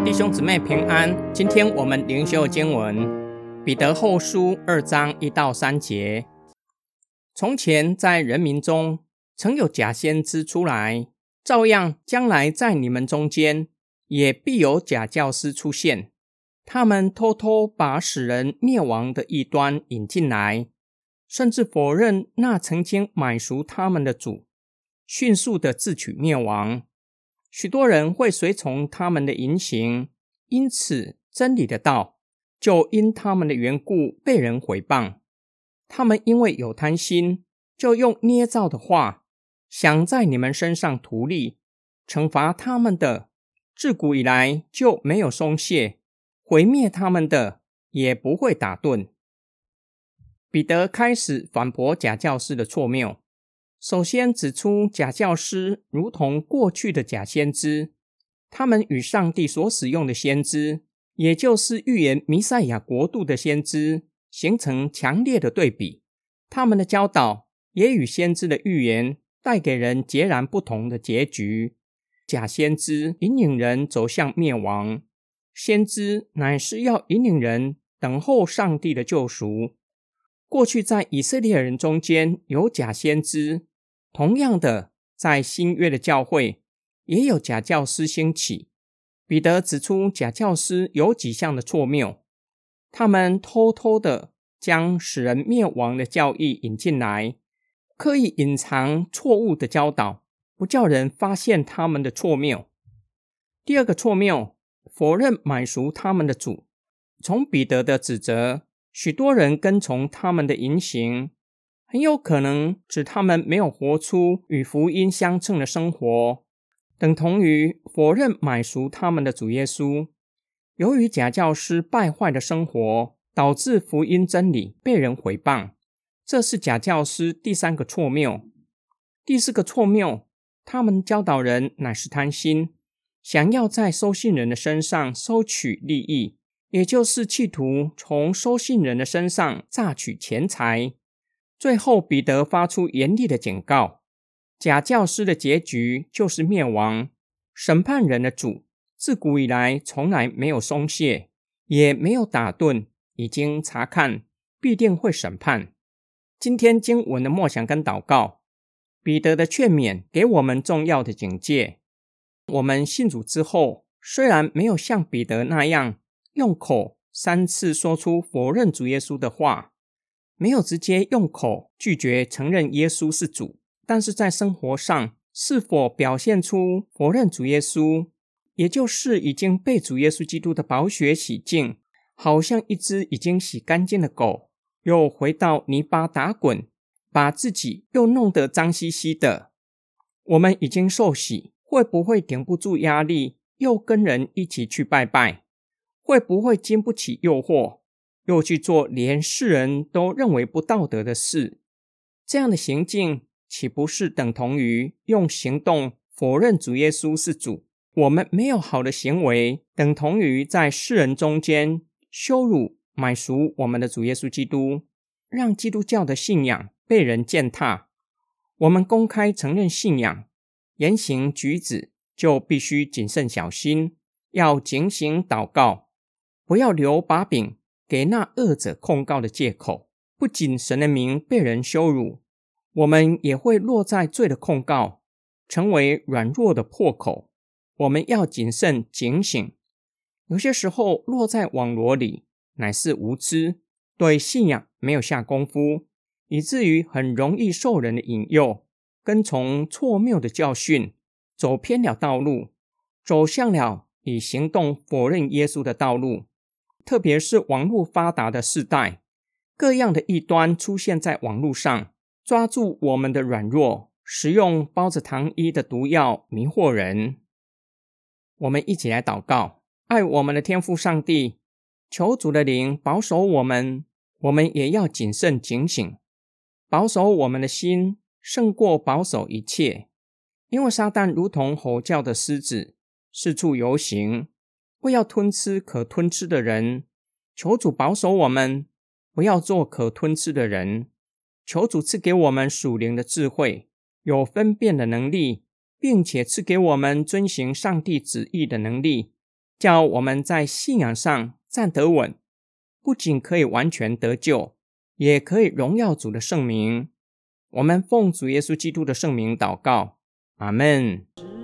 弟兄姊妹平安，今天我们灵修经文彼得后书2章1到3节。从前在人民中曾有假先知出来，照样将来在你们中间也必有假教师出现，他们偷偷把使人灭亡的异端引进来，甚至否认那曾经买赎他们的主，迅速地自取灭亡。许多人会随从他们的言行，因此真理的道就因他们的缘故被人毁谤。他们因为有贪心，就用捏造的话想在你们身上图利，惩罚他们的自古以来就没有松懈，毁灭他们的也不会打盹。彼得开始反驳假教师的错谬，首先指出假教师如同过去的假先知，他们与上帝所使用的先知，也就是预言弥赛亚国度的先知，形成强烈的对比。他们的教导也与先知的预言带给人截然不同的结局。假先知引领人走向灭亡，先知乃是要引领人等候上帝的救赎。过去在以色列人中间有假先知，同样的在新约的教会也有假教师兴起。彼得指出假教师有几项的错谬，他们偷偷的将使人灭亡的教义引进来，刻意隐藏错误的教导，不叫人发现他们的错谬。第二个错谬，否认买赎他们的主。从彼得的指责，许多人跟从他们的言行，很有可能指他们没有活出与福音相称的生活，等同于否认买赎他们的主耶稣。由于假教师败坏的生活，导致福音真理被人毁谤，这是假教师第三个错谬。第四个错谬，他们教导人乃是贪心，想要在收信人的身上收取利益，也就是企图从收信人的身上榨取钱财。最后彼得发出严厉的警告，假教师的结局就是灭亡。审判人的主自古以来从来没有松懈，也没有打盹，已经查看，必定会审判。今天经文的默想跟祷告，彼得的劝勉给我们重要的警戒。我们信主之后，虽然没有像彼得那样用口3次说出否认主耶稣的话，没有直接用口拒绝承认耶稣是主，但是在生活上是否表现出否认主耶稣，也就是已经被主耶稣基督的宝血洗净，好像一只已经洗干净的狗，又回到泥巴打滚，把自己又弄得脏兮兮的。我们已经受洗，会不会顶不住压力，又跟人一起去拜拜？会不会经不起诱惑，又去做连世人都认为不道德的事？这样的行径岂不是等同于用行动否认主耶稣是主？我们没有好的行为，等同于在世人中间羞辱买赎我们的主耶稣基督，让基督教的信仰被人践踏。我们公开承认信仰，言行举止就必须谨慎小心，要警醒祷告，不要留把柄给那恶者控告的借口。不仅神的名被人羞辱，我们也会落在罪的控告，成为软弱的破口。我们要谨慎警醒，有些时候落在网罗里乃是无知，对信仰没有下功夫，以至于很容易受人的引诱，跟从错谬的教训，走偏了道路，走向了以行动否认耶稣的道路。特别是网络发达的世代，各样的异端出现在网络上，抓住我们的软弱，使用包着糖衣的毒药迷惑人。我们一起来祷告，爱我们的天父上帝，求主的灵保守我们，我们也要谨慎警醒，保守我们的心胜过保守一切。因为撒旦如同吼叫的狮子，四处游行，为要吞吃可吞吃的人。求主保守我们，不要做可吞吃的人。求主赐给我们属灵的智慧，有分辨的能力，并且赐给我们遵行上帝旨意的能力， 叫我们在信仰上站得稳，不仅可以完全得救，也可以荣耀主的圣名。我们奉主耶稣基督的圣名祷告，阿们。